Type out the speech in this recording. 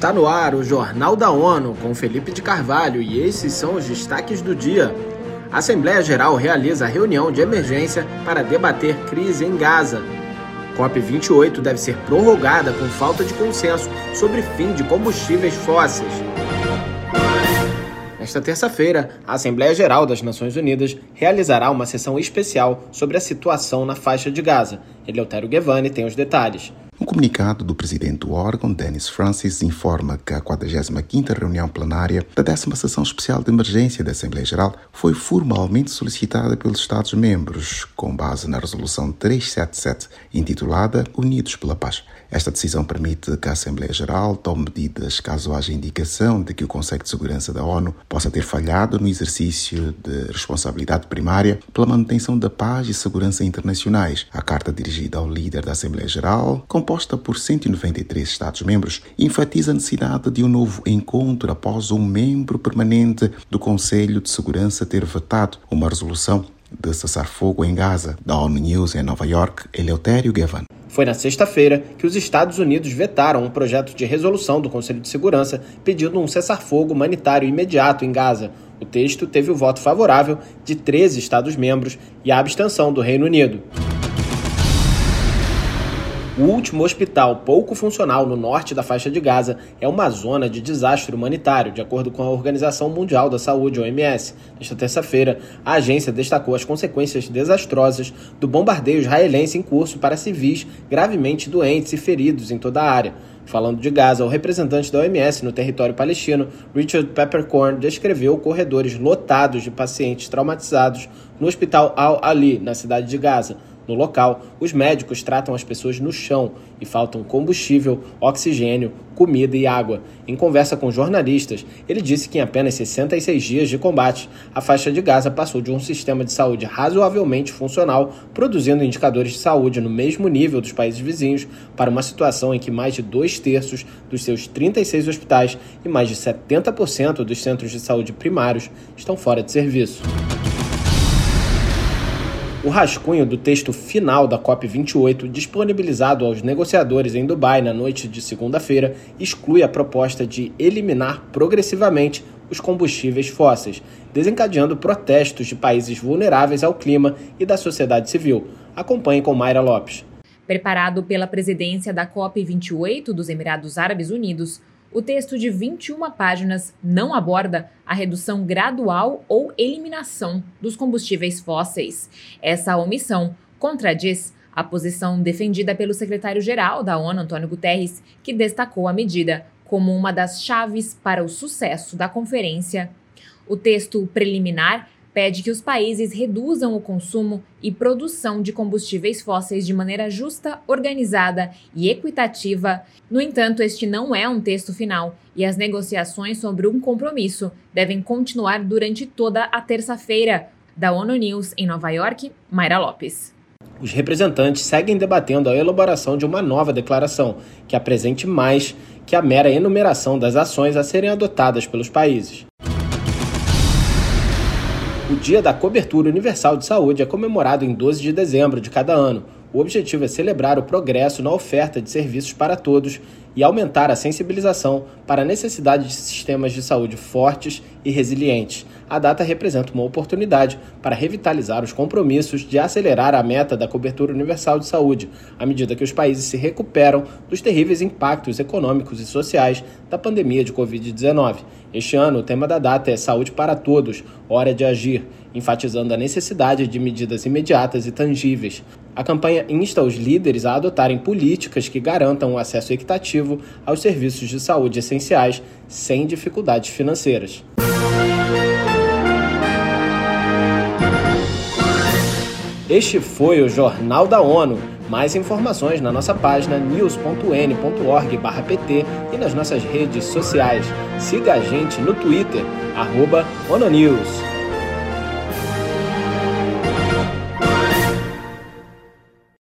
Está no ar o Jornal da ONU com Felipe de Carvalho e esses são os destaques do dia. A Assembleia Geral realiza reunião de emergência para debater crise em Gaza. COP28 deve ser prorrogada com falta de consenso sobre fim de combustíveis fósseis. Nesta terça-feira, a Assembleia Geral das Nações Unidas realizará uma sessão especial sobre a situação na faixa de Gaza. Eleutério Gavan tem os detalhes. Um comunicado do presidente do órgão, Denis Francis, informa que a 45ª reunião plenária da 10ª Sessão Especial de Emergência da Assembleia Geral foi formalmente solicitada pelos Estados-membros, com base na Resolução 377, intitulada Unidos pela Paz. Esta decisão permite que a Assembleia Geral tome medidas caso haja indicação de que o Conselho de Segurança da ONU possa ter falhado no exercício de responsabilidade primária pela manutenção da paz e segurança internacionais. A carta dirigida ao líder da Assembleia Geral, composta por 193 Estados-membros, enfatiza a necessidade de um novo encontro após um membro permanente do Conselho de Segurança ter vetado uma resolução de cessar-fogo em Gaza. Da ONU News em Nova York, Eleutério Gavan. Foi na sexta-feira que os Estados Unidos vetaram um projeto de resolução do Conselho de Segurança pedindo um cessar-fogo humanitário imediato em Gaza. O texto teve o voto favorável de 13 Estados-membros e a abstenção do Reino Unido. O último hospital pouco funcional no norte da faixa de Gaza é uma zona de desastre humanitário, de acordo com a Organização Mundial da Saúde, OMS. Nesta terça-feira, a agência destacou as consequências desastrosas do bombardeio israelense em curso para civis gravemente doentes e feridos em toda a área. Falando de Gaza, o representante da OMS no território palestino, Richard Peppercorn, descreveu corredores lotados de pacientes traumatizados no Hospital Al-Ali, na cidade de Gaza. No local, os médicos tratam as pessoas no chão e faltam combustível, oxigênio, comida e água. Em conversa com jornalistas, ele disse que em apenas 66 dias de combate, a faixa de Gaza passou de um sistema de saúde razoavelmente funcional, produzindo indicadores de saúde no mesmo nível dos países vizinhos, para uma situação em que mais de 2/3 dos seus 36 hospitais e mais de 70% dos centros de saúde primários estão fora de serviço. O rascunho do texto final da COP28, disponibilizado aos negociadores em Dubai na noite de segunda-feira, exclui a proposta de eliminar progressivamente os combustíveis fósseis, desencadeando protestos de países vulneráveis ao clima e da sociedade civil. Acompanhe com Mayra Lopes. Preparado pela presidência da COP28 dos Emirados Árabes Unidos, o texto de 21 páginas não aborda a redução gradual ou eliminação dos combustíveis fósseis. Essa omissão contradiz a posição defendida pelo secretário-geral da ONU, Antônio Guterres, que destacou a medida como uma das chaves para o sucesso da conferência. O texto preliminar pede que os países reduzam o consumo e produção de combustíveis fósseis de maneira justa, organizada e equitativa. No entanto, este não é um texto final e as negociações sobre um compromisso devem continuar durante toda a terça-feira. Da ONU News em Nova York, Mayra Lopes. Os representantes seguem debatendo a elaboração de uma nova declaração que apresente mais que a mera enumeração das ações a serem adotadas pelos países. O Dia da Cobertura Universal de Saúde é comemorado em 12 de dezembro de cada ano. O objetivo é celebrar o progresso na oferta de serviços para todos e aumentar a sensibilização para a necessidade de sistemas de saúde fortes e resilientes. A data representa uma oportunidade para revitalizar os compromissos de acelerar a meta da cobertura universal de saúde, à medida que os países se recuperam dos terríveis impactos econômicos e sociais da pandemia de Covid-19. Este ano, o tema da data é Saúde para Todos, Hora de Agir, enfatizando a necessidade de medidas imediatas e tangíveis. A campanha insta os líderes a adotarem políticas que garantam o acesso equitativo aos serviços de saúde essenciais sem dificuldades financeiras. Este foi o Jornal da ONU. Mais informações na nossa página news.un.org/pt e nas nossas redes sociais. Siga a gente no Twitter, @ONUNews.